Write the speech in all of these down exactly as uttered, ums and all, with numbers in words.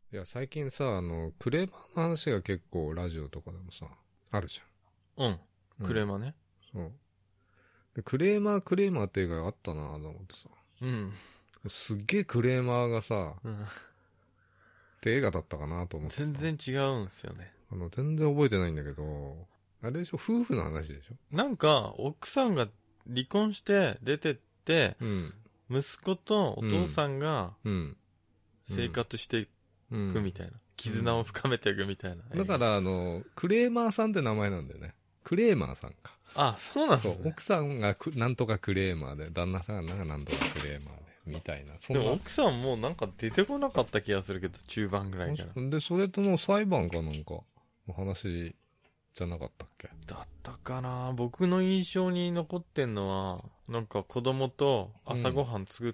いや、最近さ、あの、クレーマーの話が結構ラジオとかでもさ、あるじうん。 ゃん。 クレーマーね。 うん、そうで。クレーマー、クレーマーって映画あったなと思ってさ。 うん。 すっげえクレーマーがさ、 うん。 って映画だったかなと思ってさ。 全然違うんですよね。 あの、全然覚えてないんだけど、あれでしょ、夫婦の話でしょ。 なんか、奥さんが離婚して出てって、 うん。 息子とお父さんがうん。 生活していうん。 くみたいな。絆を深めていくみたいな。 だから、あの、クレーマーさんって名前なんだよね。クレーマーさんか。 あ、そうなんですそう、 ね。 奥さんがくなんとかクレーマーで、旦那さんがなんとかクレーマーで、みたいな。そんなでも奥さんもうなんか出てこなかった気がするけど、中盤ぐらいから。 で、それとの裁判かなんかの話じゃなかったっけ。 だったかな。僕の印象に残ってんのは、なんか子供と朝ごはん作って、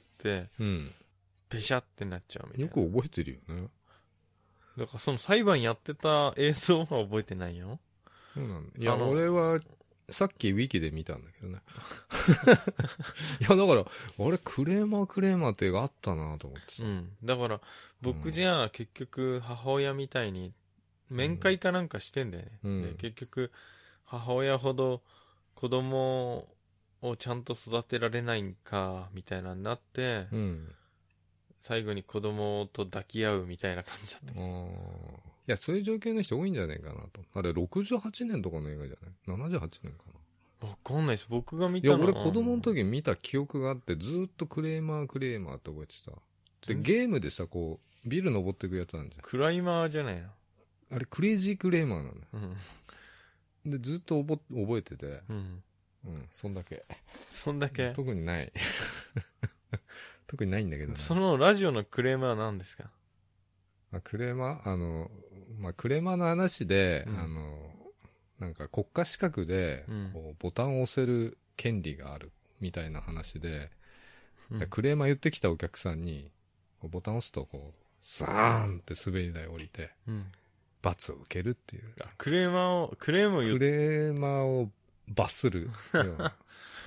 うん。 ペシャってなっちゃうみたいな。 よく覚えてるよね。 だからその裁判やってた映像は覚えてないよ。 そうなんだ。いや、 あの俺は、さっきウィキで見たんだけどね。いや、だから、あれ、クレーマークレーマーって映画あったなと思ってさ。 うん。だから僕じゃあ結局母親みたいに面会かなんかしてんだよね。 うんで結局母親ほど子供をちゃんと育てられないんかみたいなになって、 うん。 最後に子供と抱き合うみたいな感じだった。 ああ。いや、そういう状況の人多いんじゃないかなと。あれ、ろくじゅうはちねんとかの映画じゃない ?ななじゅうはち 年かな。 わかんないです。僕が見いや、 たのは。 俺子供の時見た記憶があって、ずーっとクレーマークレーマーって覚えてた。で、 全然ゲームでさ、こう、ビル登っていくやつなんじクライマーじゃないの。 ゃん。あれ、クレイジークレーマーなんだよ。 うん。 で、ずっと覚覚えてて、 うん。 うん、そんだけ。 そんだけ。 特にない。特にないんだけどね。 そのラジオのクレーマーは何ですか？ まあ、クレーマーあの、まあ、クレーマーの話で、 うんあの、なんか国家資格で、 うんこうボタンを押せる権利があるみたいな話で、 うんでクレーマー言ってきたお客さんに、こうボタンを押すと、こう、サーンって滑り台降りて、 うん罰を受けるっていう。 あクレーマーを、クレームを言クう。 レーマーを罰するような。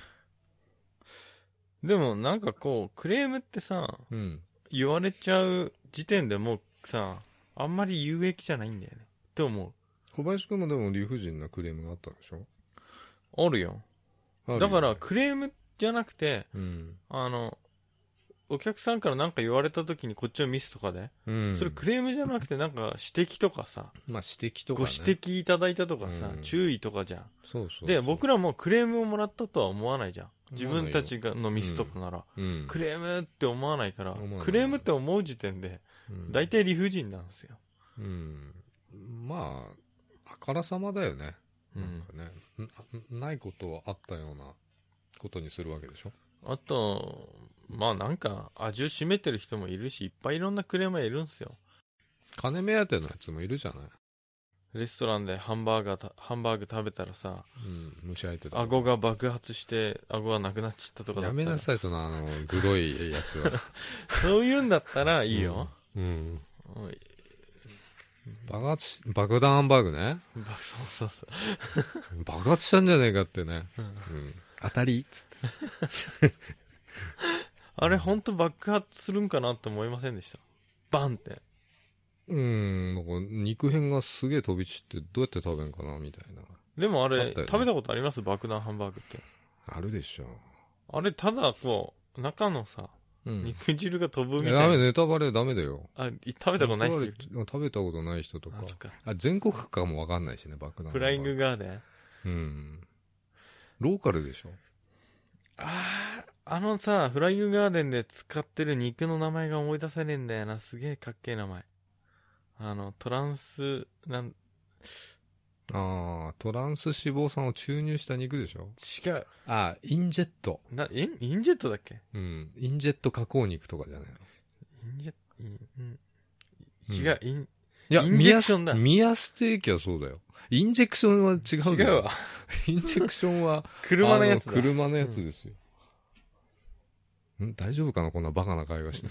でもなんかこう、クレームってさ、 うん。 言われちゃう時点でもうさ、あんまり有益じゃないんだよね。って思う。 小林くんもでも理不尽なクレームがあったでしょ。 あるよ。 あるよねだからクレームじゃなくて、 うん。 あの、お客さんからなんか言われた時にこっちのミスとかで、 うん。 それクレームじゃなくてなんか指摘とかさ、 まあ指摘とかごね。 指摘いただいたとかさ、 うん注意とかじゃん。 そうそうそう。 で、僕らもクレームをもらったとは思わないじゃん。自思わないよ分たちがのミスとかなら、 うん。 クレームって思わないから思わない、 クレームって思う時点で、 うん大体理不尽なんですよ。 うん。まあ、あからさまだよね。 うなんかね、んないことはあったようなことにするわけでしょ。 あと、まあなんか味を占めてる人もいるし、いっぱいいろんなクレーマーいるんですよ。 金目当てのやつもいるじゃない。 レストランでハンバーガーた、ハンバーグ食べたらさ、 うん、虫相手とか。 顎が爆発して顎がなくなっちゃったとかだやったらめなさい、そのあの、グロいやつは。 そういうんだったらいいよ。 うん。うん。 おい爆発し、爆弾ハンバーグね。 ばそうそうそう。 爆発したんじゃねえかってね。 うんうん。当たりっつって。 あれ本当爆発するんかなって思いませんでした？バンって。 うん、なんか肉片がすげえ飛び散ってどうやって食べんかなみたいな。 でもあれあったよね食べたことあります？爆弾ハンバーグって。 あるでしょ。 あれただこう、中のさ、 うん。 肉汁が飛ぶみたいな。 ダメ、ネタバレダメだよ。 あ、食べたことない人いる。 食べたことない人とかあ、そっか。 あ全国区かもわかんないしね、爆弾フライングガーデン。 うんローカルでしょ。 ああ、あのさ、フライングガーデンで使ってる肉の名前が思い出せねえんだよな。すげえかっけえ名前。あの、トランス、なん、 ああトランス脂肪酸を注入した肉でしょ。 違う。 ああインジェット。 な、イン、インジェットだっけ？ うんインジェット加工肉とかじゃないの。 インジェット、イン、うんうん違う、イン、 いやインジェクションだミヤステーキはそうだよ。インジェクションは違うだよ。 違うわ。 インジェクションは車のやつだ。 あの車のやつですよ、ん大丈夫かなこんなバカな会話して。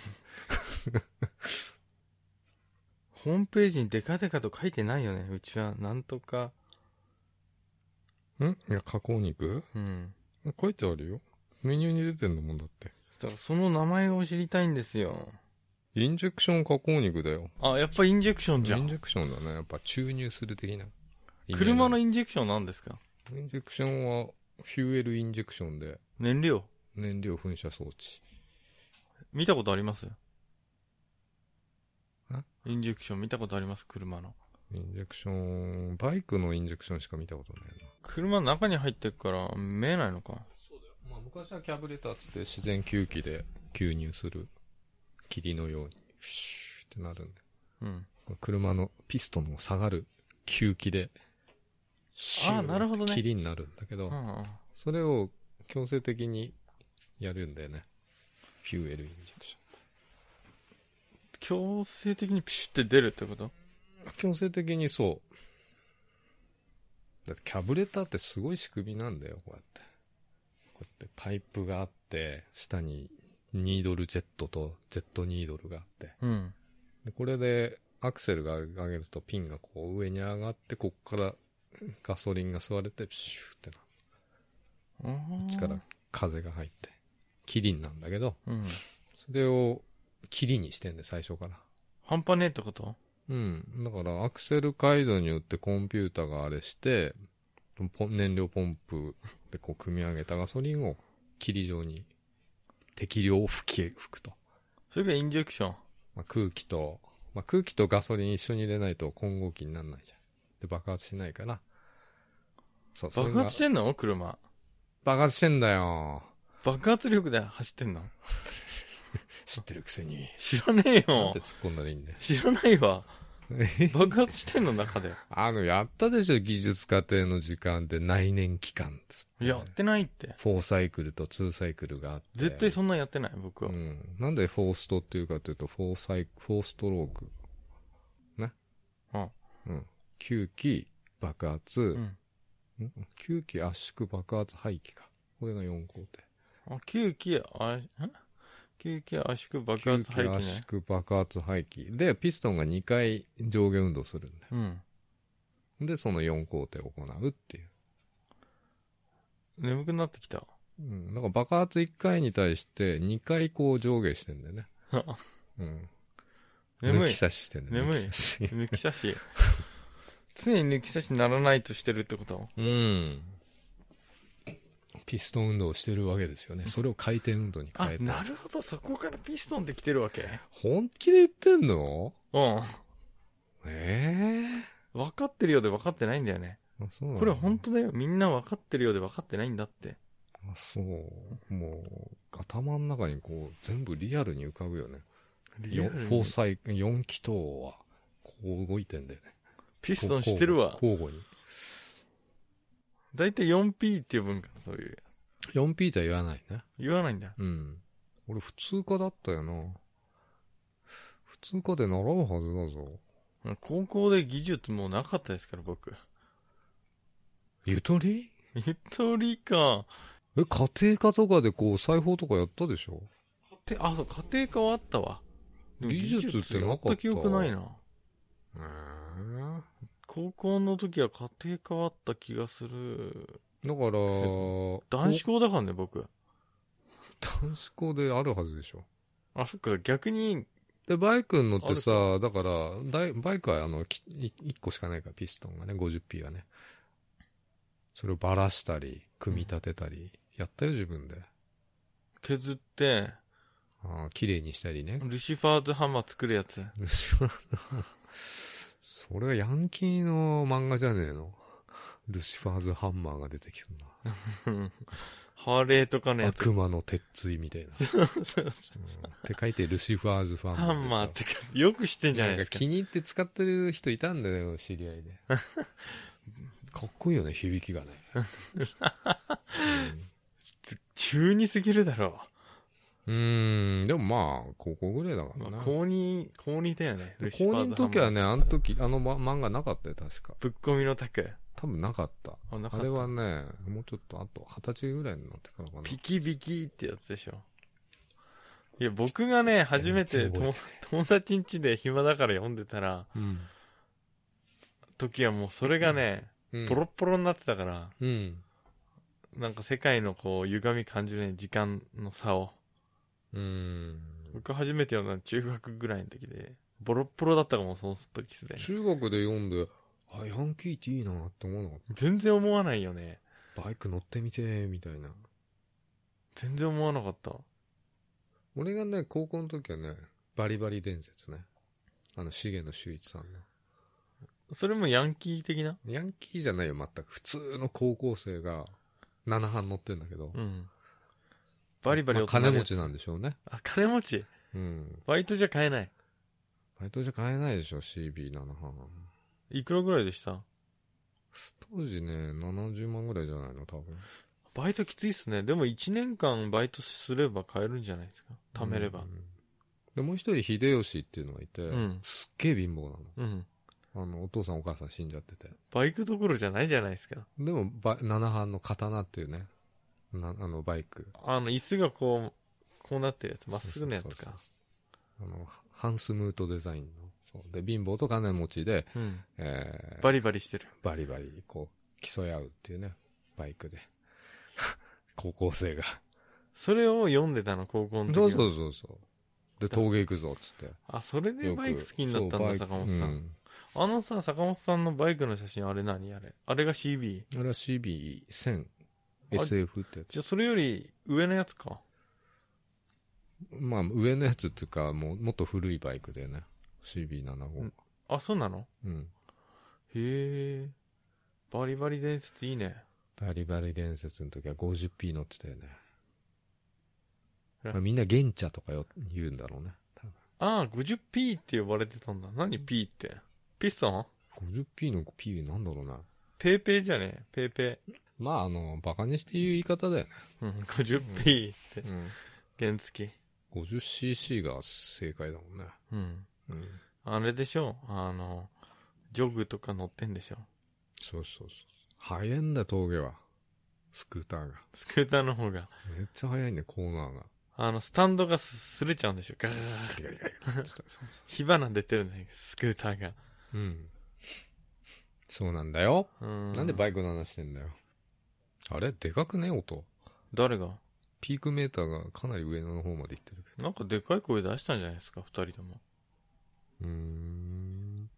ホームページにデカデカと書いてないよね。うちは、なんとか。 んいや加工肉うん。 書いてあるよ。メニューに出てんのもんだって。 だからその名前を知りたいんですよ。 インジェクション加工肉だよ。 あ、やっぱインジェクションじゃん。 インジェクションだね。やっぱ注入する的な。 車のインジェクションなんですか？ インジェクションは、フューエルインジェクションで、 燃料燃料噴射装置。 見たことあります？インジェクション見たことあります？車の。 インジェクション、バイクのインジェクションしか見たことないな。 車の中に入ってるから見えないのか。 そうだよ。まあ昔はキャブレターつって自然吸気で吸入する霧のように、フィシューってなるんで。 うん。 車のピストンの下がる吸気で、シュあ、なるほどね。 霧になるんだけど、 うんうん、 それを強制的にやるんだよね。フューエルインジェクション。 強制的にピシュって出るってこと？ 強制的にそう。だってキャブレターってすごい仕組みなんだよ、こうやって。こうやってパイプがあって、下にニードルジェットとジェットニードルがあって。 うん。 でこれでアクセルが上げるとピンがこう上に上がって、こっからガソリンが吸われて、プシューってなる。こっちから風が入って、霧になんだけど、 うん、 それを霧にしてんで、最初から。 半端ねえってこと？ うん。だからアクセル回路によってコンピュータがあれして、燃料ポンプでこう組み上げたガソリンを霧状に適量を吹き、吹くと。 それがインジェクション。 まあ、空気と、まあ、空気とガソリン一緒に入れないと混合気にならないじゃん。で、爆発しないから。そう、 爆発してんの？車。 爆発してんだよ。 爆発力で走ってんの？ 知ってるくせに。 知らねえよ。 なんで突っ込んだらいいんだよ。 知らないわ。爆発してんの中で。 あの、やったでしょ、技術課程の時間で内燃機関つって。 やってないって。 フォーサイクルとツーサイクルがあって。 絶対そんなんやってない、僕は。 うん。なんでフォーストっていうかというと、フォーサイク、フォーストローク。ね。 うん。 うん。吸気、爆発、 うん。 吸気圧縮爆発排気か。これがよん工程。 あ、吸気、あ、ん吸気圧縮爆発排気ね。 吸気圧縮爆発排気。で、ピストンがにかい上下運動するんだよ。 うん。 で、そのよん工程を行うっていう。 眠くなってきた。 うん。だから爆発いっかいに対してにかいこう上下してんだよね。うん。 眠い。 抜き差ししてんだよ。 眠い。 抜き差し。 抜き差し。常に抜き差しにならないとしてるってこと？ うん。ピストン運動をしてるわけですよね。それを回転運動に変えて。 あ、なるほど。そこからピストンできてるわけ？ 本気で言ってんの？ うん。 ええー。 分かってるようで分かってないんだよね。 あ、そうなの？ これ本当だよ。みんな分かってるようで分かってないんだって。 あ、そう。もう、頭の中にこう、全部リアルに浮かぶよね。 リアルに。 フォーサイ、よん気筒は、こう動いてんだよね。 ピストンしてるわ。 交互に。 だいたい よんピー って呼ぶんかな、そういう。 よんピー とは言わないね。 言わないんだ。 うん。俺普通科だったよな。普通科で習うはずだぞ。 高校で技術もうなかったですから、僕。 ゆとり？ ゆとりか。 え、家庭科とかでこう、裁縫とかやったでしょ？ 家庭、あ、そう、家庭科はあったわ。 技術ってなかった？ やった記憶ないな。 えー、 高校の時は家庭科あった気がする。 だから、 男子校だからね、僕。 男子校であるはずでしょ。 あ、そっか、逆に。 で、バイクに乗ってさ、だから、バイクはあの、いっこしかないから、ピストンがね、ごじゅうピー はね。それをばらしたり、組み立てたり、うん、やったよ、自分で。 削って、 ああ、綺麗にしたりね。 ルシファーズハンマー作るやつ。 ルシファーズハンマー。それはヤンキーの漫画じゃねえの。ルシファーズハンマーが出てきそうな。ハーレーとかのやつ。 悪魔の鉄椎みたいな。 そうそうそう。うん、 って書いてルシファーズファンマー。 ハンマーってか、よく知ってんじゃないですか。 なんか気に入って使ってる人いたんだよ、知り合いで。かっこいいよね、響きがね。うん、 中二すぎるだろう。うーん、でもまあ、高校ぐらいだからな。 まあ、高二、高二だよね。 高二の時はね、あの時、あの、ま、漫画なかったよ、確か。 ぶっ込みのタク。 多分なかった。 あ、なかった。 あれはね、もうちょっと、あと、二十歳ぐらいになってからかな。 ピキピキってやつでしょ。いや、僕がね、初めて友達ん家で暇だから読んでたら、うん、時はもうそれがね、うん、ポロッポロになってたから、うん、なんか世界のこう、歪み感じるね、時間の差を。 うん。 僕初めて読んだの中学ぐらいの時で、ボロッボロだったかも、その時すでに。 中学で読んで、あ、ヤンキーっていいなって思わなかった。 全然思わないよね。 バイク乗ってみて、みたいな。 全然思わなかった。 俺がね、高校の時はね、バリバリ伝説ね。あの、重野秀一さんの。 それもヤンキー的な？ ヤンキーじゃないよ、全く。普通の高校生が、ななはん乗ってんだけど。 うん。バリバリ、 まあ、金持ちなんでしょうね。 あ、金持ち。 うん。 バイトじゃ買えない。 バイトじゃ買えないでしょ、シービーなな 班。 いくらぐらいでした？ 当時ね、ななじゅうまんぐらいじゃないの、多分。 バイトきついっすね。でもいちねんかんバイトすれば買えるんじゃないですか。貯めれば。うん、 で、もう一人、秀吉っていうのがいて、うん、すっげえ貧乏なの。うん。あの、お父さんお母さん死んじゃってて。 バイクどころじゃないじゃないですか。 でも、ななはんの刀っていうね、なあの、バイク。 あの、椅子がこう、こうなってるやつ、まっすぐのやつか。そうそうそうそうあの、ハンスムートデザインの。そうで、貧乏と金持ちで、うん、 えー、バリバリしてる。 バリバリ、こう、競い合うっていうね、バイクで。高校生が。 それを読んでたの、高校の時。 そうそうそうそう。で、峠行くぞ、つって。 あ、それでバイク好きになったんだ、坂本さん。うん、あのさ、坂本さんのバイクの写真、あれ何あれあれが シービー？ あれは シービーせん。エスエフ ってやつ。 じゃあ、それより上のやつか。 まあ、上のやつっていうか、もう、もっと古いバイクでね。シービーななじゅうご。うん、 あ、そうなの？ うん。 へえ。バリバリ伝説いいね。 バリバリ伝説の時は ごじゅうピー 乗ってたよね。まあ、みんなゲンチャとかよ言うんだろうね。多分ああ、ごじゅうピー って呼ばれてたんだ。何 P って。ピストン？ ごじゅうピー の P なんだろうな。 ペーペーじゃねえ。ペーペー。 まあ、あの、バカにして言う言い方だよね。 うん、ごじゅうピー って。うん。原付き。 ごじゅうシーシー が正解だもんね。うん。 うん。あれでしょ？あの、ジョグとか乗ってんでしょ？ そうそうそう。速いんだ、峠は。スクーターが。 スクーターの方が。 めっちゃ速いね、コーナーが。 あの、スタンドがすれちゃうんでしょ？ガーガリガリガリガリ。火花出てるね、スクーターが。 うん。そうなんだよ。うん。なんでバイクの話してんだよ。あれでかくね、音。 誰が？ ピークメーターがかなり上の方まで行ってるけど。 なんかでかい声出したんじゃないですか、二人とも。 うーん。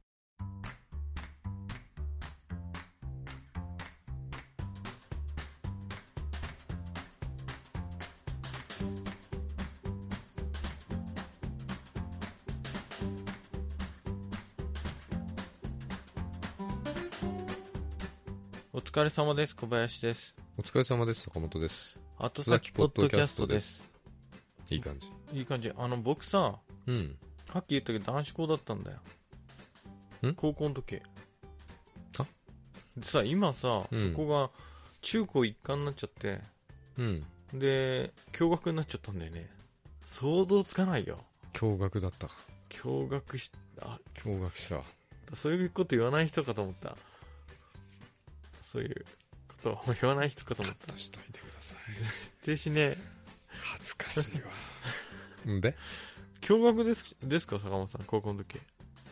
お疲れ様です。小林です。 お疲れ様です。坂本です。 後先ポッドキャストです。 いい感じ。 いい感じ。あの、僕さ、 うん。 さっき言ったけど男子校だったんだよ。ん高校の時。 あでさ、今さ、うん、そこが中高一貫になっちゃって、 うん。 で、共学になっちゃったんだよね。想像つかないよ。 共学だった。 共学し、あ、 共学した。 そういうこと言わない人かと思った。そういうことを言わない人かと思った。 カットしといてください。 絶対しねえ。 恥ずかしいわ。んで共学です、ですか、坂本さん、高校の時。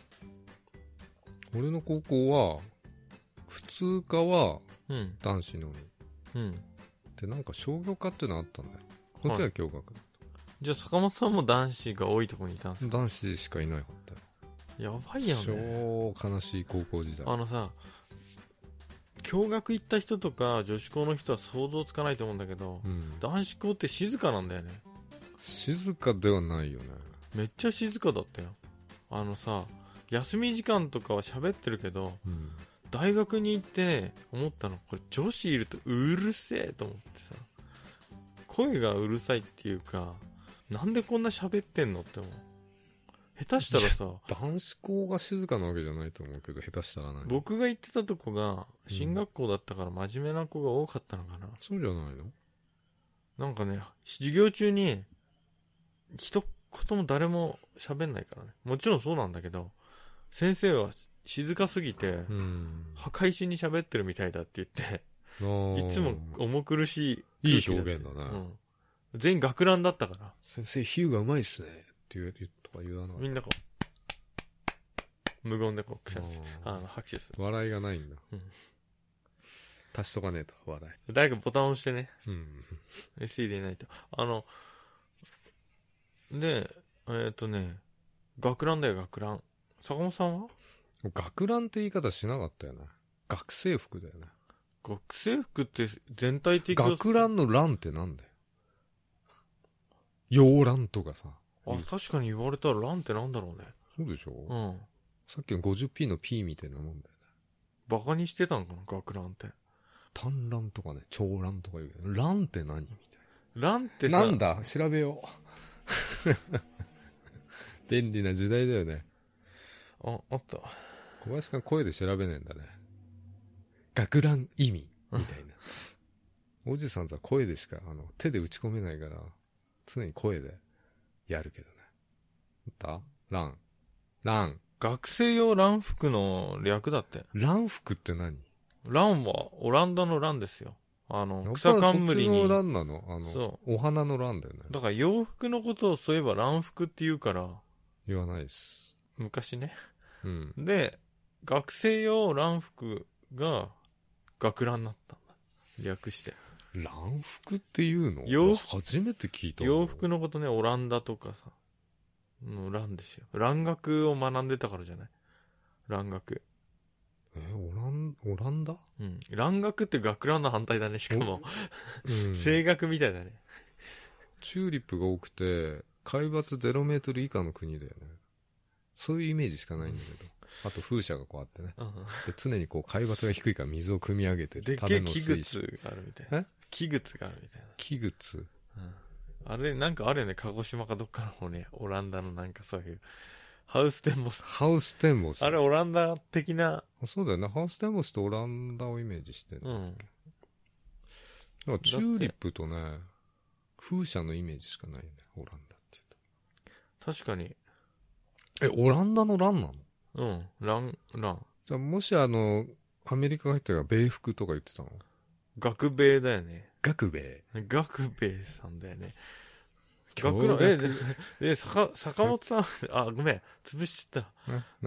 俺の高校は、普通科は男子のみ。 うん。 で、なんか商業科ってのあったんだよ。こっちは共学、はい。 じゃあ坂本さんも男子が多いところにいたんですか？ 男子しかいなかったよ。やばいよね。 超悲しい高校時代。 あのさ、共学行った人とか女子校の人は想像つかないと思うんだけど、うん、男子校って静かなんだよね。 静かではないよね。 めっちゃ静かだったよ。あのさ、休み時間とかは喋ってるけど、うん、大学に行ってね、思ったの、これ女子いるとうるせえと思ってさ、声がうるさいっていうか、なんでこんな喋ってんのって思う。下手したらさ、 男子校が静かなわけじゃないと思うけど、下手したらない。 僕が行ってたとこが進学校だったから真面目な子が多かったのかな。うん、 そうじゃないの？ なんかね、授業中に一言も誰も喋んないからね。もちろんそうなんだけど、先生は静かすぎて、うん、墓石に喋ってるみたいだって言って、いつも重苦しい。いい表現だね。 うん、全員学ランだったから。 先生、比喩がうまいっすね。って言うとか言わない。 みんなこう、無言でこう、くしゃって、あの、拍手する。 笑いがないんだ。うん。足しとかねえと、笑い。 誰かボタンを押してね。うん。エス 入れないと。あの、で、 えっ、ー、とね、学ランだよ、学ラン。坂本さんは？ 学ランって言い方しなかったよね。学生服だよね。 学生服って全体的に学ランのランってなんだよ。洋ランとかさ。 あ、確かに言われたらランってなんだろうね。 そうでしょ。 うん。 さっきの ごじゅっピー の P みたいなもんだよね。 バカにしてたのかな、学ランって。 単ランとかね、長ランとか言うけど、ランって何みたいな。ランってさ。なんだ調べよう。便利な時代だよね。 あ、あった。 小林くん声で調べねえんだね。学ラン意味みたいな。おじさんさ、声でしか、あの、手で打ち込めないから、常に声でやるけどね。あったラン。ラン。 学生用ラン服の略だって。 ラン服って何？ ランはオランダのランですよ。あの、草冠に。 そっちのランなの？あの、そう。お花のランだよね。 だから洋服のことをそういえばラン服って言うから。 言わないです。 昔ね。 うん。 で、学生用ラン服が学ランになったんだ。略して。 ラン服っていうの？ 洋服初めて聞いた。 洋服のことね、オランダとかさ。のランですよ。蘭学を学んでたからじゃない？蘭学。 え、オラン、オランダ？ うん。蘭学って学ランの反対だね、しかも。 うん、 声楽みたいだね。 チューリップが多くて、海抜ゼロメートル以下の国だよね。そういうイメージしかないんだけど。あと風車がこうあってね。 うん、 で常にこう海抜が低いから水を汲み上げて、 でっけえ器物があるみたいな。 え器物があるみたいな。 器物、 うん、あれ、なんかあるよね、鹿児島かどっかの方ね、オランダのなんかそういう、ハウステンボス。 ハウステンボス。 あれ、オランダ的な。 そうだよね、ハウステンボスとオランダをイメージしてるんだっけ。うん。だからチューリップとね、風車のイメージしかないよね、オランダっていうと。確かに。 え、オランダのランなの？ うん、ラン、ラン。 じゃあ、もしあの、アメリカが入ったら米服とか言ってたの？ 学米だよね。 学米。 学米さんだよね。学の、え、で、で、坂、坂本さん、あ、ごめん、潰しちゃった。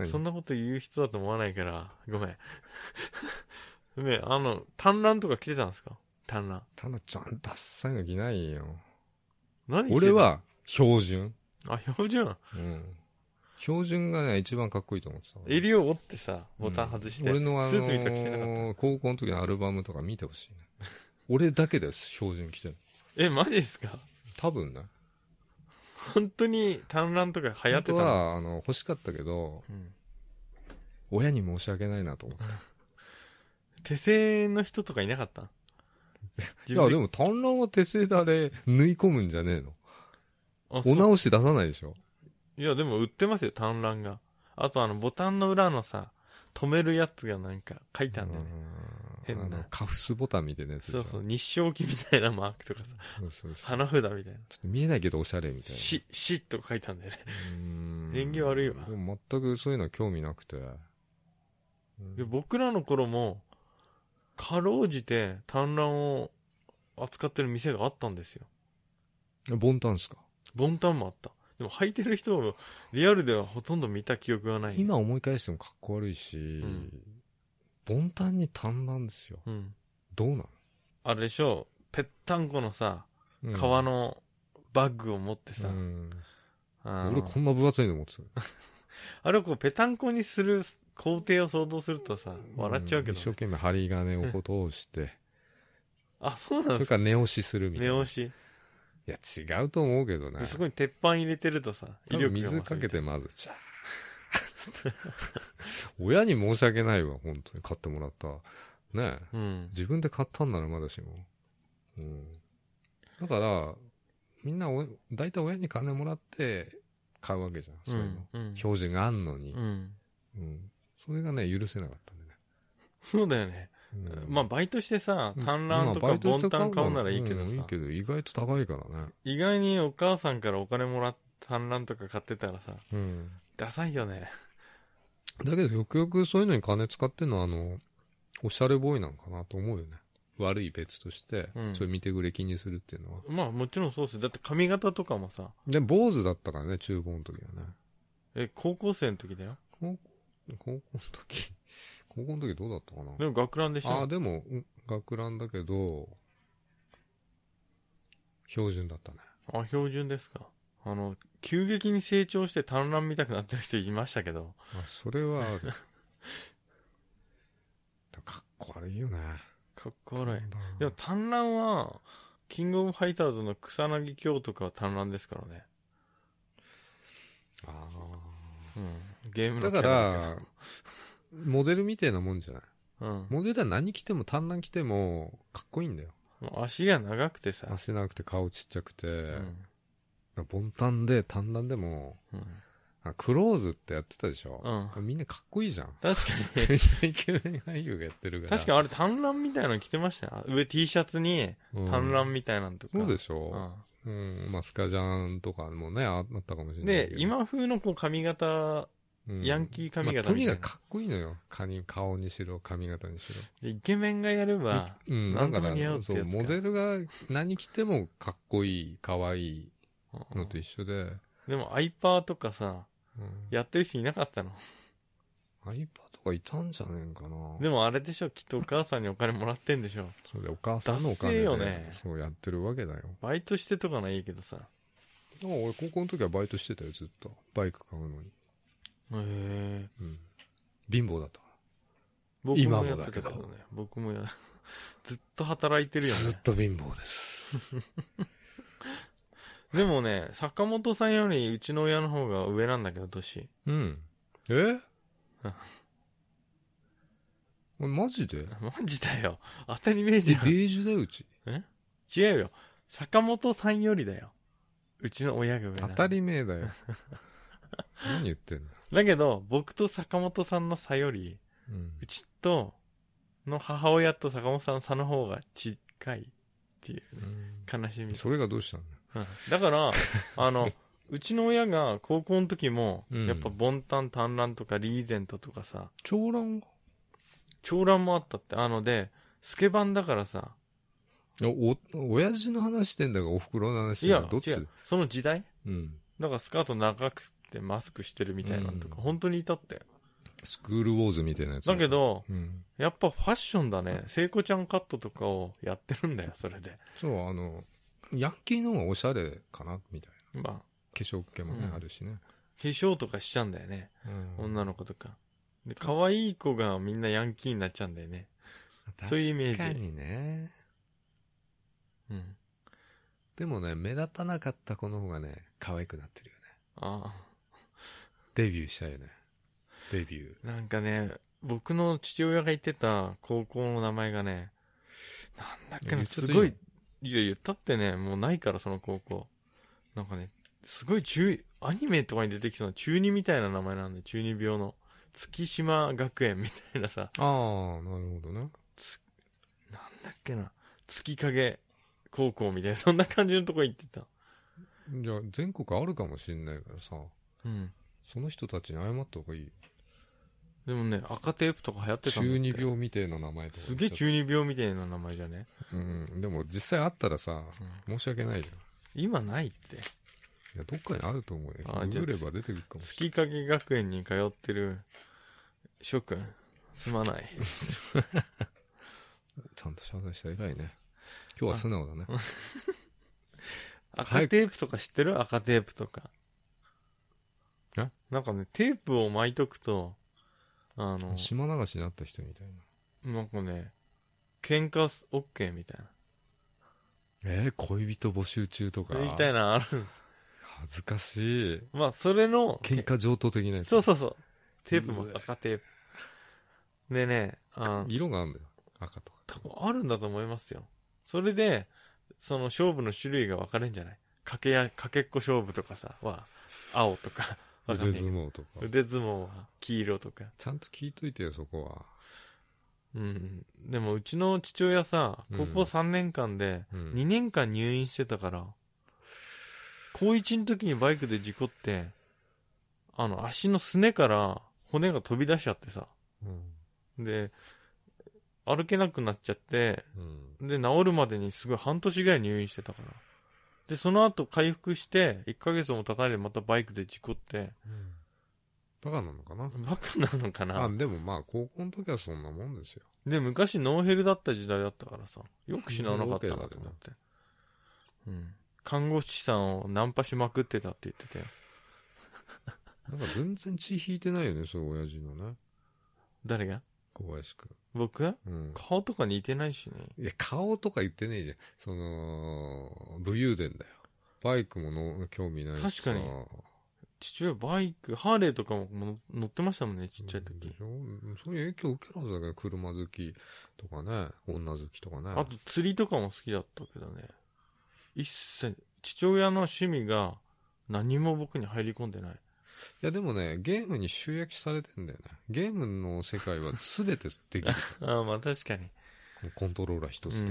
そんなこと言う人だと思わないから、ごめん。ごめん、あの、単乱とか来てたんですか？単乱。 単乱ちゃん、ダッサいの着ないよ。 何？ 俺は、標準。 あ、標準？ うん。標準がね、一番かっこいいと思ってた。 襟を折ってさ、ボタン外して。うん、 俺のあのー、 スーツみたいに着てなかった。 高校の時のアルバムとか見てほしいね。俺だけです、標準着てる。 え、マジですか？ 多分ね。 本当に単乱とか流行ってたの？ 本当は、あの、欲しかったけど、うん、親に申し訳ないなと思って。 手製の人とかいなかった？ いや、でも単乱は手製であれ、縫い込むんじゃねえの？お直し出さないでしょ？ いや、でも売ってますよ、単乱が。あとあの、ボタンの裏のさ、止めるやつがなんか書いてあるんだよね。変な。 カフスボタンみたいなやつでしょ。 そうそう、日照機みたいなマークとかさ、そうそうそう、花札みたいな。ちょっと見えないけどおしゃれみたいな。 し、しとか書いてあるんだよね。うーん。縁起悪いわ。 でも全くそういうのは興味なくて。 うん、僕らの頃も、かろうじて単乱を扱ってる店があったんですよ。 ボンタンですか？ ボンタンもあった。でも履いてる人をリアルではほとんど見た記憶がない。 今思い返してもかっこ悪いし、うん、ボンタンに単乱ですよ。うん、どうなの？ あれでしょ、ぺったんこのさ、うん、革のバッグを持ってさ、うん、 俺こんな分厚いの持ってた。 あれをこうぺたんこにする工程を想像するとさ、笑っちゃうけど、ね、 一生懸命針金をこう通して、 あ、そうなんですか。 それから寝押しするみたいな。 寝押し。 いや、違うと思うけどね。 そこに鉄板入れてるとさ、 威力が水かけてまず、チャー親に申し訳ないわ、本当に買ってもらった。ねえ、うん。自分で買ったんならまだしも。うん。だから、みんなお、だいたい親に金もらって買うわけじゃん。そういうの。うんうん、標準があんのに、うんうん。それがね、許せなかったんでね。 そうだよね。うん、まあ、バイトしてさ、単乱とかボンタン買うならいいけどさ、うん、 いいけど、意外と高いからね。 意外にお母さんからお金もらって単乱とか買ってたらさ、うん、ダサいよね。 だけど、よくよくそういうのに金使ってんのは、あの、おしゃれボーイなんかなと思うよね。悪い別として、うん、そういう見てくれ気にするっていうのは。 まあ、もちろんそうです。だって髪型とかもさ。 で、坊主だったからね、中高の時はね。 え、高校生の時だよ。 高校、高校の時。高校の時どうだったかな。 でも学ランでしょ。 ああ、でも、うん、学ランだけど、標準だったね。 あ、標準ですか。あの、 急激に成長して単乱見たくなってる人いましたけど。 まあ、それはある。かっこ悪いよね。 かっこ悪い。でも単乱は、キングオブファイターズの草薙京とかは単乱ですからね。 ああ。 うん。ゲームのだから、モデルみたいなもんじゃない。 うん。 モデルは何着ても単乱着てもかっこいいんだよ。 足が長くてさ。 足長くて顔ちっちゃくて、うん、ボンタンで単乱でも、うん、クローズってやってたでしょ、うん、みんなかっこいいじゃん。 確かに。イケメン俳優がやってるから。 確かにあれ単乱みたいなの着てましたよ。上 T シャツに単乱みたいなのとか。 そうでしょ、うん、うん。まあスカジャンとかもね、あったかもしれないけど。 で、今風のこう髪型、うん、ヤンキー髪型みたいな、まあ、 とにかくかっこいいのよ。顔にしろ、髪型にしろ。 イケメンがやれば、うん、なんとも似合うってやつか。 そう、モデルが何着てもかっこいい、かわいいのと一緒で。 でも、アイパーとかさ、うん、やってる人いなかったの？ アイパーとかいたんじゃねえんかな。 でもあれでしょ、きっとお母さんにお金もらってんでしょ。 そうで、お母さんのお金で、よね、そうやってるわけだよ。 バイトしてとかのはいいけどさ。 俺、高校の時はバイトしてたよ、ずっと。バイク買うのに。 へえ、 うん、貧乏だったから。 僕もやってたけどね。僕もやずっと働いてるよね。 ずっと貧乏です。 でもね、坂本さんよりうちの親の方が上なんだけど、年。 うん。えマジで？ マジだよ。当たり前じゃん。 ベージュだよ、うち。 え？違うよ。坂本さんよりだよ。うちの親が上な。 当たり前だよ。何言ってんの？ だけど、僕と坂本さんの差より、うん、うちと、の母親と坂本さんの差の方が近いっていう、ね、うん、悲しみ。 それがどうしたの？ うん、だから、あの、うちの親が高校の時も、うん、やっぱボンタン、タンランとかリーゼントとかさ。 長蘭長蘭もあったって。あので、スケバンだからさ。 お、親父の話してんだがお袋の話だ。いや、どっち？ 違う。その時代？ うん。 だからスカート長くてマスクしてるみたいなのとか、うん、本当にいたって。 スクールウォーズみたいなやつ。 だけど、うん、やっぱファッションだね。聖子ちゃんカットとかをやってるんだよ、それで。 そう、あの、ヤンキーの方がおしゃれかなみたいな。 まあ。 化粧気もね、うん、あるしね。 化粧とかしちゃうんだよね。うん、女の子とか。で、可愛い子がみんなヤンキーになっちゃうんだよね。そういうイメージ。 確かにね。うん。でもね、目立たなかった子の方がね、可愛くなってるよね。 ああ。 デビューしたよね。デビュー。なんかね、僕の父親が言ってた高校の名前がね、なんだっけな、すごい、いや言ったってね、もうないからその高校。なんかね、すごい中、アニメとかに出てきそうな中二みたいな名前なんで、中二病の。月島学園みたいなさ。 ああ、なるほどね。 つ、なんだっけな。月影高校みたいな、そんな感じのとこ行ってた。 じゃあ、全国あるかもしんないからさ。 うん。 その人たちに謝った方がいいよ。 でもね、赤テープとか流行ってたんだって。 中二病みたいな名前とか。 すげえ中二病みたいな名前じゃね。 うん。でも実際あったらさ、うん、申し訳ないじゃん。 今ないって。 いや、どっかにあると思うよ。ググれば出てくるかもしれない。 月影学園に通ってる諸君、すまない。 ちゃんと謝罪したら偉いね。今日は素直だね。 赤テープとか知ってる？赤テープとか。え？なんかね、テープを巻いとくと、あの、 島流しになった人みたいな。なんかね、喧嘩 OK みたいな。 えー、恋人募集中とか。 みたいなのあるんです。 恥ずかしい。 まあ、それの。 喧嘩上等的なやつ。 そうそうそう。テープも赤テープ。でね、 あ色があるんだよ。赤とか。 多分あるんだと思いますよ。それで、その勝負の種類が分かれんじゃない？かけや、かけっこ勝負とかさ、は、青とか。 腕相撲とか。 腕相撲は黄色とか。 ちゃんと聞いといてよ、そこは。 うん。でも、うちの父親さ、高校さんねんかんで、にねんかん入院してたから、うん、高いちの時にバイクで事故って、あの、足のすねから骨が飛び出しちゃってさ。うん、で、歩けなくなっちゃって、うん、で、治るまでにすごい半年ぐらい入院してたから。で、その後回復して、いっかげつも経たないでまたバイクで事故って。うん、 バカなのかな？ バカなのかな？ あ、でもまあ、高校の時はそんなもんですよ。 で、昔ノーヘルだった時代だったからさ、よく死ななかったなと思って。うん。 看護師さんをナンパしまくってたって言ってたよ。 なんか全然血引いてないよね、そういう親父のね。 誰が？ 小林くん。 僕は、 うん、 顔とか似てないしね。 いや、顔とか言ってねえじゃん。その、武勇伝だよ。バイクもの興味ないしさ。 確かに。父親バイク、ハーレーとかも乗ってましたもんね、ちっちゃい時。でしょ？ そういう影響受けるはずだけど、車好きとかね、女好きとかね。 あと釣りとかも好きだったけどね。一切、父親の趣味が何も僕に入り込んでない。 いやでもね、ゲームに集約されてんだよね。ゲームの世界は全てできる。 ああ、まあ確かに。 このコントローラー一つで。うん、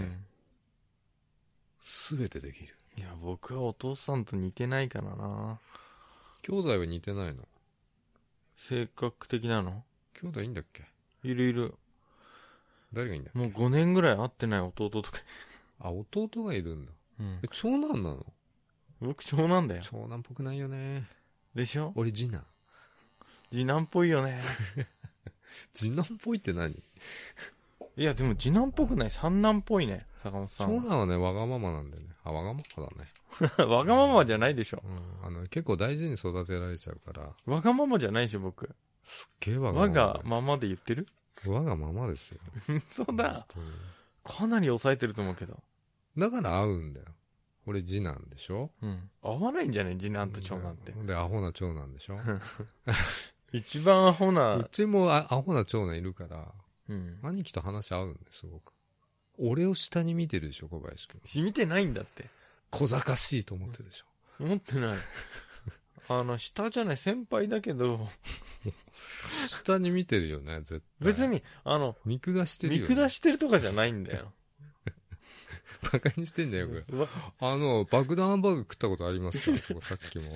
全てできる。 いや、僕はお父さんと似てないからな。 兄弟は似てないの？ 性格的なの？ 兄弟いいんだっけ？ いるいる。 誰がいいんだっけ？ もうごねんぐらい会ってない弟とか。 あ、弟がいるんだ。 うん、 え、長男なの？ 僕長男だよ。 長男っぽくないよね。 でしょ？ 俺次男。 次男っぽいよね。 次男っぽいって何？ いやでも次男っぽくない？三男っぽいね、坂本さん。 長男はね、わがままなんだよね。あ、わがままだね。わがままじゃないでしょ。 うん、あの結構大事に育てられちゃうから。 わがままじゃないでしょ、僕。 すっげえわがまま。 わがままで言ってる？ わがままですよ。 そうだ。かなり抑えてると思うけど。 だから合うんだよ。俺次男でしょ？ うん。合わないんじゃない？次男と長男って。 で、アホな長男でしょ？ 一番アホな。 うちもアホな長男いるから、 うん、 兄貴と話合うんですごく。俺を下に見てるでしょ、小林君。 見てないんだって。 小賢しいと思ってるでしょ。 思ってない。あの、下じゃない、先輩だけど。 下に見てるよね、絶対。 別に、あの、 見下してるよ、ね。 見下してるとかじゃないんだよ。 バカにしてんじゃんよ、く。あの、爆弾ハンバーグ食ったことありますか？さっきも。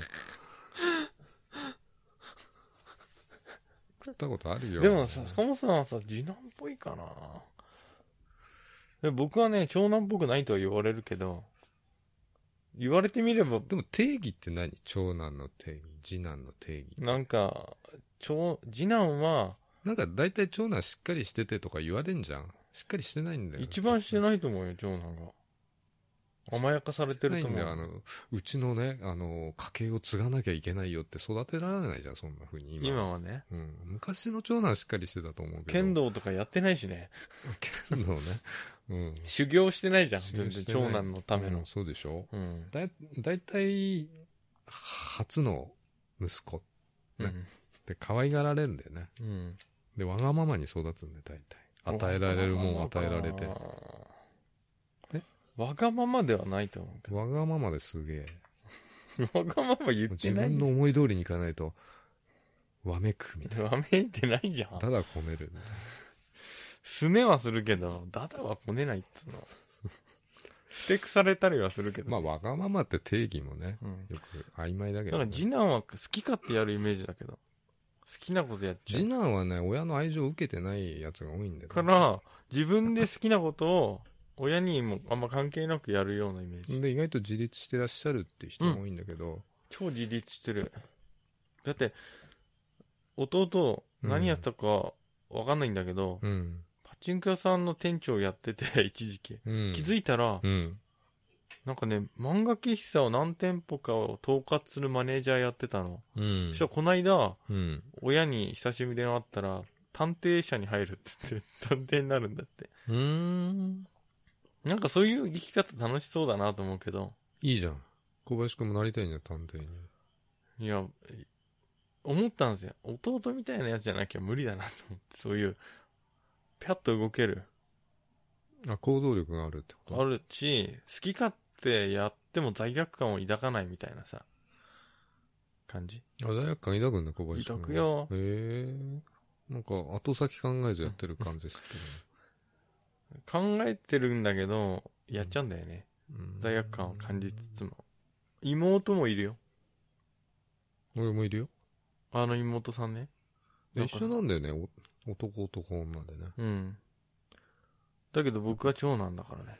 食ったことあるよ。 でもさ、坂本さんはさ、次男っぽいかな。で僕はね、長男っぽくないとは言われるけど、言われてみれば。 でも定義って何？長男の定義、次男の定義。 なんか、長、次男は、 なんか大体長男しっかりしててとか言われんじゃん。しっかりしてないんだよ。 一番してないと思うよ、長男が。甘やかされてると思う。 ないんだよ、あの、うちのね、あの、家計を継がなきゃいけないよって育てられないじゃん、そんな風に今。今はね。 うん。昔の長男はしっかりしてたと思うけど。 剣道とかやってないしね。 剣道ね。うん。 修行してないじゃん、全然長男のための。 うん、そうでしょ？ うん。 だ、だいたい、初の息子、ね。うん。で、可愛がられるんだよね。うん。で、わがままに育つんだよ、大体。与えられるもん与えられて。 え？わがままではないと思うけど。 わがままですげえ。 わがまま言ってない。 自分の思い通りにいかないと、わめくみたいな。 わめいてないじゃん。 ただこねるみたいな。 すねはするけど、だだはこねないっつうの。ふてくされたりはするけど。 まあ、わがままって定義もね、うん、よく曖昧だけど、ね。 だから次男は好き勝手やるイメージだけど。好きなことやっちゃう。 次男はね、親の愛情を受けてないやつが多いんだよ、ね。 から、自分で好きなことを、親にもあんま関係なくやるようなイメージ。 で、意外と自立してらっしゃるっていう人が多いんだけど。うん、 超自立してる。だって、弟、何やったかわかんないんだけど、うん、パチンコ屋さんの店長やってて、一時期。うん、気づいたら、うん、なんかね、漫画喫茶を何店舗かを統括するマネージャーやってたの。うん、そしたらこの間、うん、親に久しぶりに会ったら、探偵社に入るって言って、探偵になるんだって。うーん。なんかそういう生き方楽しそうだなと思うけど。 いいじゃん。小林くんもなりたいんだよ、探偵に。 いや、思ったんですよ。弟みたいなやつじゃなきゃ無理だなと思って、そういう、ピャッと動ける。 あ、行動力があるってこと？ あるし、好き勝手やっても罪悪感を抱かないみたいなさ、感じ。 あ、罪悪感抱くんだ、小林くん。 抱くよ。 へえ。なんか、後先考えずやってる感じですけど、ね。考えてるんだけど、やっちゃうんだよね。うん、罪悪感を感じつつも。妹もいるよ。 俺もいるよ。 あの妹さんね。 一緒なんだよね。男男女でね。 うん。だけど僕は長男だからね。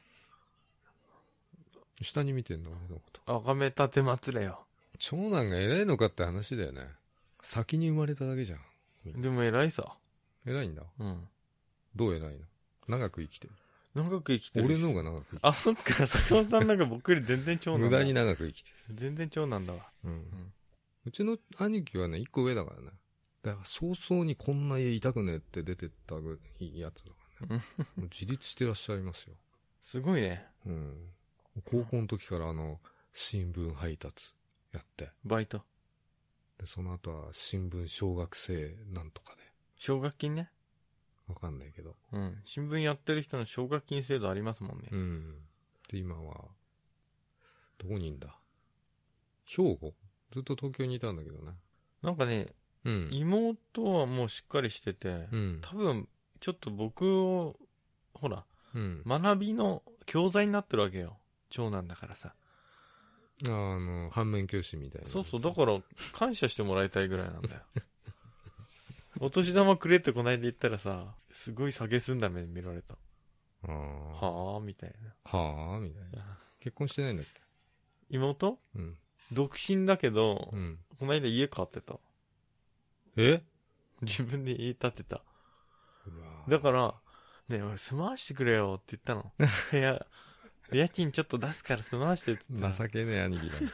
下に見てんの俺のこと。 あがめたてまつれよ。 長男が偉いのかって話だよね。先に生まれただけじゃん。 でも偉いさ。 偉いんだ。うん。どう偉いの？長く生きてる。 長く生きてる。 俺の方が長く生きてる。 あ、そっか、佐藤さんなんか僕より全然長男だ。 無駄に長く生きてる。 全然長男だわ。 うん。うん、うちの兄貴はね、一個上だからね。だから早々にこんな家痛くねって出てったぐらいやつだからね。もう自立してらっしゃいますよ。 すごいね。 うん。高校の時からあの、新聞配達やって。 バイト。 で、その後は新聞小学生なんとかで。 奨学金ね。 わかんないけど。 うん。新聞やってる人の奨学金制度ありますもんね。 うん。で、今は、どこにいんだ？兵庫？ずっと東京にいたんだけどね。 なんかね、 うん、 妹はもうしっかりしてて、 うん、 多分、ちょっと僕を、ほら、 うん、 学びの教材になってるわけよ。長男だからさ。 あの、反面教師みたいな。 そうそう、だから感謝してもらいたいぐらいなんだよ。お年玉くれってこないで言ったらさ、すごい下げすんだ目見られた。 ああ。 はぁみたいな。はぁみたいな。結婚してないんだっけ？ 妹？ うん。 独身だけど、うん、この間家買ってた。 え？ 自分で家建てた。だから、ねえ、俺住まわしてくれよって言ったの。いや、家賃ちょっと出すから住まわしてって言った。 情けねえ兄貴だ。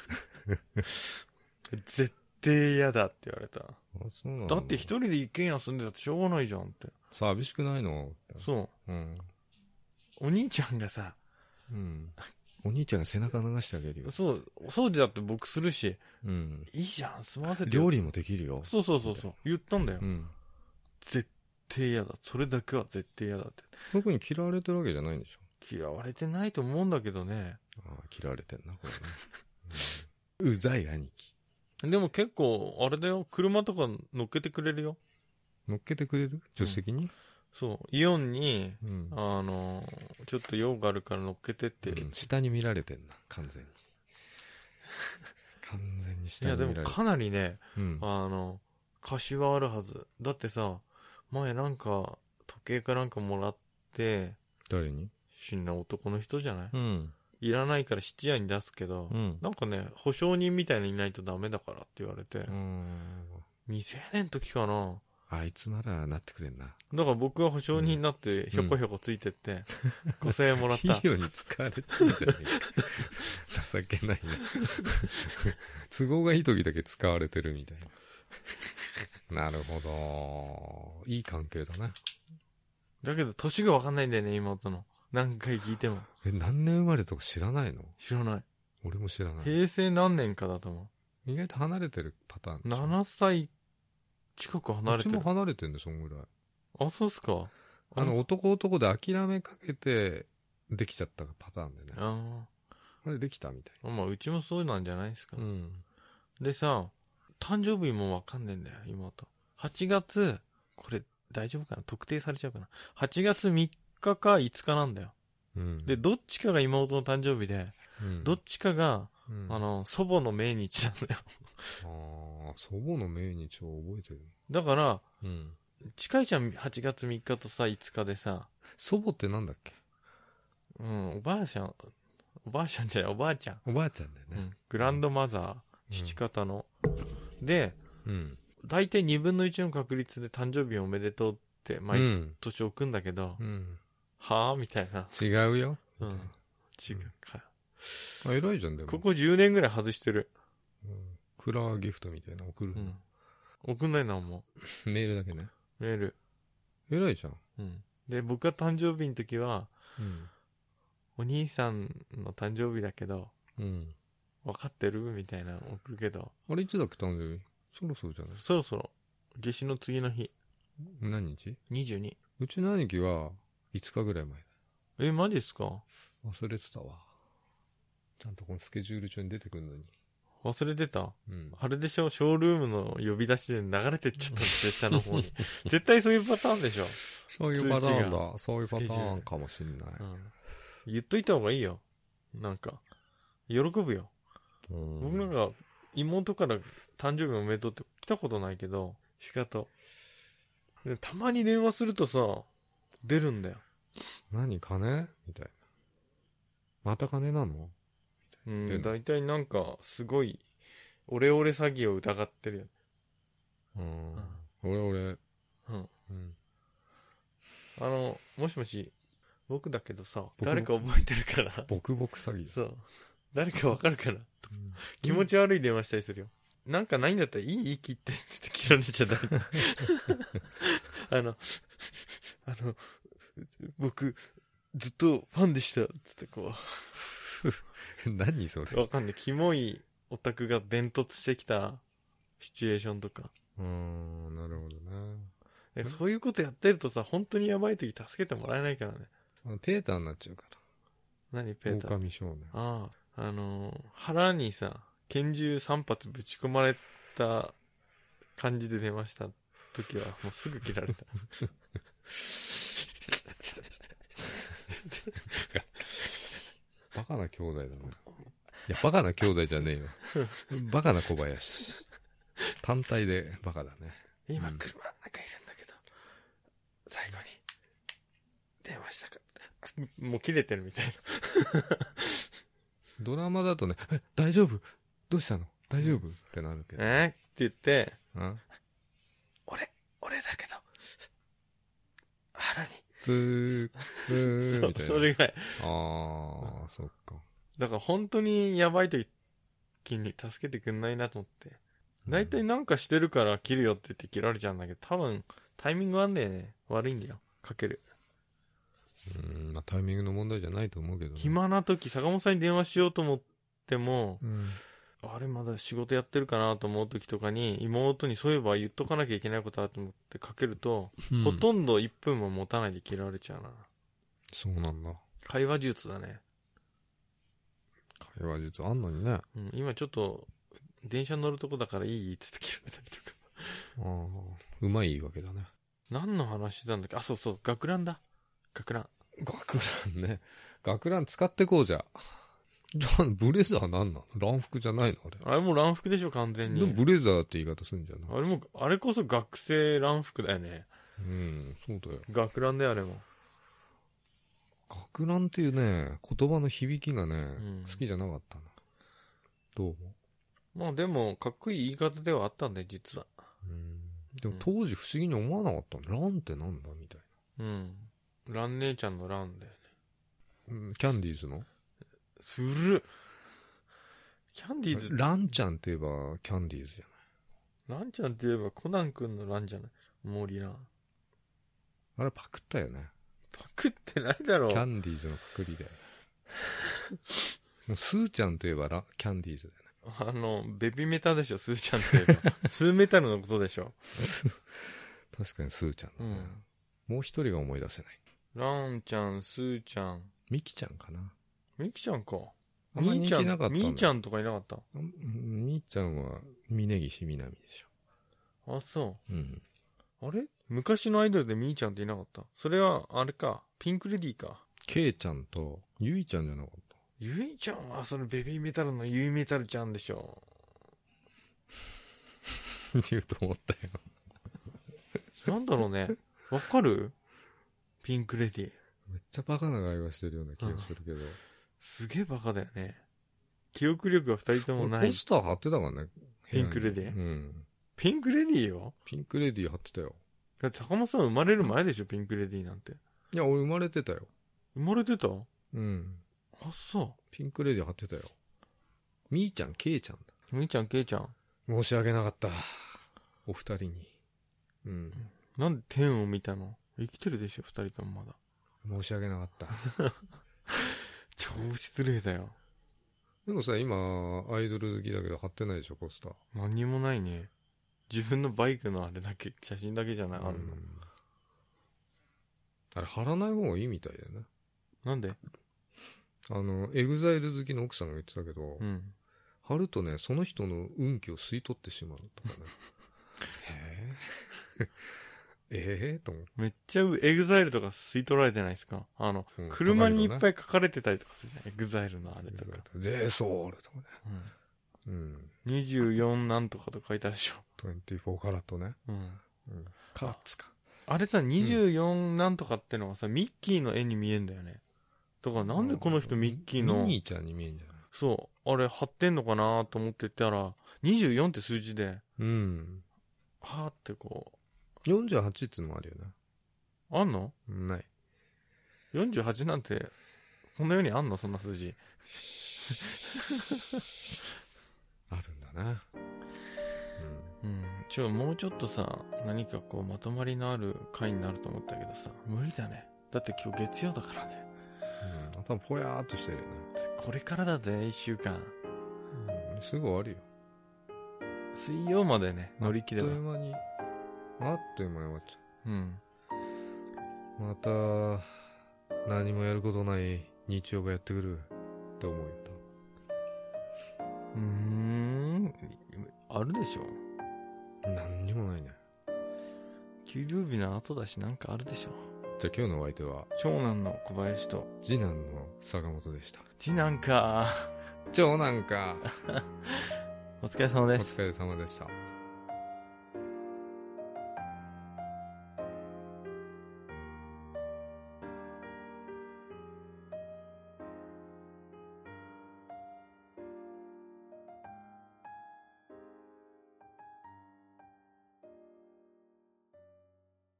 絶対嫌だって言われた。 あ、そうなんだ。 だって一人で一軒家住んでたってしょうがないじゃんって。 寂しくないの？ そう。うん。お兄ちゃんがさ、 うん。お兄ちゃんが背中流してあげるよ。 そう、お掃除だって僕するし、 うん。 いいじゃん、住まわせて。 料理もできるよ。 そうそうそうそう。言ったんだよ。 うん。 絶対嫌だ。それだけは絶対嫌だって。 特に嫌われてるわけじゃないんでしょ？ 嫌われてないと思うんだけどね。 ああ、嫌われてんな、これね。うん、うざい兄貴。 でも結構、あれだよ。車とか乗っけてくれるよ。 乗っけてくれる？助手席に、うん、 そう。イオンに、 うん、 あの、ちょっと用があるから乗っけてって。 うん、下に見られてんな、完全に。完全に下に見られてる。 いや、でもかなりね、 うん、 あの、貸しはあるはず。だってさ、前なんか、時計かなんかもらって、 誰に？ 死んだ男の人じゃない？ うん。 いらないから質屋に出すけど、うん、なんかね、保証人みたいのいないとダメだからって言われて、うん、未成年の時かな。 あいつならなってくれんな。 だから僕は保証人になってひょこひょこついてって、うん、ごせんえんもらった。 いいように使われてるじゃねえか。情けないな。都合がいい時だけ使われてるみたいな。なるほど。いい関係だね。 だけど年がわかんないんだよね、妹の。何回聞いても。 え、何年生まれとか知らないの？ 知らない。 俺も知らない。 平成何年かだと思う。意外と離れてるパターンでしょ。 ななさい近く離れてる。 うちも離れてんだよ、そんぐらい。 あ、そうっすか。 あの、男男で諦めかけて、できちゃったパターンでね。ああ。あれできたみたいな。 まあ、うちもそうなんじゃないですか。 うん。 でさ、誕生日もわかんねえんだよ、妹。はちがつ、これ大丈夫かな？特定されちゃうかな？ はち 月みっかかいつかなんだよ。うん、で、どっちかが妹の誕生日で、うん、どっちかが、うん、あの、祖母の命日なんだよ。 ああ、祖母の命日を覚えてる。 だから、うん、近いじゃん、はちがつみっかとさ、いつかでさ。 祖母ってなんだっけ？ うん、おばあちゃん、おばあちゃんじゃない、おばあちゃん。 おばあちゃんだよね。うん、 グランドマザー、父方の。で、うん、大体にぶんのいちの確率で誕生日おめでとうって毎年置くんだけど、うん、はぁみたいな。 違うよ。 うん。違うか。 あ、偉いじゃん、でも。 ここじゅうねんぐらい外してる。 うん。クラーギフトみたいな送る。うん。 送んないな、もう。メールだけね。 メール。 偉いじゃん。 うん。で、僕が誕生日の時は、うん。お兄さんの誕生日だけど、うん。分かってるみたいなの送るけど。 あれいつだっけ、誕生日？そろそろじゃない？ そろそろ。夏至の次の日。 何日？ にじゅうに。 うちの兄貴はいつかぐらい前だ。 え、マジっすか？ 忘れてたわ。ちゃんとこのスケジュール帳に出てくるのに。 忘れてた？うん。あれでしょ、ショールームの呼び出しで流れてっちゃったんですよ、下の方に。絶対そういうパターンでしょ。 そういうパターンだ。そういうパターンかもしんない。 うん。言っといた方がいいよ。なんか、喜ぶよ。うん、僕なんか、妹から誕生日おめでとうって来たことないけど、しかと。でたまに電話するとさ、出るんだよ。 何金みたいな。また金なの？ うん、だいたいなんか、すごい、オレオレ詐欺を疑ってるよ。 うん。オレオレ。うん。うん。 あの、もしもし、 僕だけどさ、 僕誰か覚えてるから。 ボクボク詐欺。 そう。誰かわかるから。 うん、 気持ち悪い電話したりするよ。なんかないんだったらいい切ってって切られちゃダメ。あの、あの、僕、ずっとファンでした。つってこう。何それ。 わかんない。キモいオタクが伝突してきたシチュエーションとか。 うーん、なるほどね。そういうことやってるとさ、本当にやばい時助けてもらえないからね。 な。ペーターになっちゃうから。 何ペーター。 狼少年。 ああ、あのー、腹にさ、拳銃さん発ぶち込まれた感じで出ました時は、もうすぐ切られた。 バカな兄弟だね。いや、バカな兄弟じゃねえよ。バカな小林。単体でバカだね。 今、車の中いるんだけど、最後に、電話したかった。もう切れてるみたいな。 ドラマだとね、え、大丈夫どうしたの大丈夫ってなるけど。 えって言って、 あ俺、俺だけど、腹に。 つー、つー、みたいな。 それぐらい。 ああ、そっか。 だから本当にやばい時に助けてくんないなと思って。大体なんかしてるから切るよって言って切られちゃうんだけど、多分タイミングあんだよね。悪いんだよ。かける。 うん、まあタイミングの問題じゃないと思うけど、ね。 暇な時、坂本さんに電話しようと思っても、 うん、 あれまだ仕事やってるかなと思う時とかに、妹にそういえば言っとかなきゃいけないことあると思ってかけると、うん、ほとんどいっぷんも持たないで切られちゃうな。 そうなんだ。 会話術だね。 会話術あんのにね。 うん、今ちょっと、電車乗るとこだからいいって言って切られたりとか。 ああ、うまいわけだね。 何の話してたんだっけ。あ、そうそう、学ランだ。学ラン。 学ランね。学ラン使ってこうじゃ。じゃあ、ブレザーなんなの？乱服じゃないのあれ。 あれも乱服でしょ、完全に。 でもブレザーって言い方するんじゃない？ あれも、あれこそ学生乱服だよね。 うん、そうだよ。 学ランだよ、あれも。 学ランっていうね、言葉の響きがね、うん、好きじゃなかったな。どうも。 まあでも、かっこいい言い方ではあったんだよ、実は。 うん。でも当時不思議に思わなかったの。ランってなんだみたいな。うん。ラン姉ちゃんのランだよね。 うん、キャンディーズのするキャンディーズランちゃんって言えばキャンディーズじゃない。ランちゃんって言えばコナン君のランじゃない。森ラン。 あれパクったよね。 パクってないだろう。 キャンディーズのパクリで。もうスーちゃんといえばラキャンディーズだよね。 あの、ベビメタでしょ、スーちゃんといえば。スーメタルのことでしょ。 確かにスーちゃんだね、 うん。 もう一人が思い出せない。 ランちゃん、スーちゃん。 ミキちゃんかな。 ミキちゃんか。 あんま人気なかったんだ。 ミーちゃんとかいなかった？ ミーちゃんは峯岸みなみでしょ。あ、そう。 うん。 あれ昔のアイドルでミーちゃんっていなかった？それは、あれか。ピンクレディーか。 ケイちゃんとユイちゃんじゃなかった？ ユイちゃんはそのベビーメタルのユイメタルちゃんでしょ。 言うと思ったよ。 なんだろうね。わかる？ピンクレディー。 めっちゃバカな会話してるような気がするけど。うん、 すげえバカだよね。記憶力が二人ともない。 ポスター貼ってたからね。 ピンクレディー。 うん。 ピンクレディーよ。 ピンクレディー貼ってたよ。 だって坂本さん生まれる前でしょ、ピンクレディーなんて。 いや、俺生まれてたよ。 生まれてた？ うん。 あ、そう。 ピンクレディー貼ってたよ。みーちゃん、けいちゃんだ。 みーちゃん、けいちゃん。 申し訳なかった。お二人に。うん。 なんで天を見たの？生きてるでしょ、二人ともまだ。 申し訳なかった。 超失礼だよ。 でもさ、今、アイドル好きだけど貼ってないでしょ、ポスター。 何にもないね。自分のバイクのあれだけ、写真だけじゃない、あるの。 あれ貼らない方がいいみたいだよね。 なんで？ あの、エグザイル好きの奥さんが言ってたけど、 うん、 貼るとね、その人の運気を吸い取ってしまうとかね。へぇええと思って。 めっちゃエグザイルとか吸い取られてないですか？あの、うん、車にいっぱい書かれてたりとかするじゃん。エグザイルのあれとか。 ジェイソールとかね。 うん。うん、にじゅうよんなんとかと書いてあるでしょ。 にじゅうよんカラットね。 うん。うん、 カラッツか。 あれさ、にじゅうよんなんとかってのはさ、うん、ミッキーの絵に見えんだよね。だからなんでこの人ミッキーの。 ミニーちゃんに見えんじゃない？ そう。あれ貼ってんのかなと思ってたら、にじゅうよんって数字で。 うん。 はーってこう。よんじゅうはちっていうのもあるよね。 あんの？ ない。 よんじゅうはちなんてこんな世にあんの、そんな数字。 あるんだな。 うん、うん、ちょもうちょっとさ、何かこうまとまりのある回になると思ったけどさ、無理だね。だって今日月曜だからね。 うん、頭ぽやーっとしてるよね。 これからだぜ、いっしゅうかん。 うん、すぐ終わるよ。 水曜までね、乗り切れば。 あっという間に、あっという間に終わっちゃう。うん。 また、何もやることない日曜がやってくるって思うよ。 うーん、あるでしょ。 何にもないね。 給料日の後だし、なんかあるでしょ。 じゃあ今日のお相手は、 長男の小林と次男の坂本でした。 次男か。 長男か。 お疲れ様でおす。 疲れ様でした。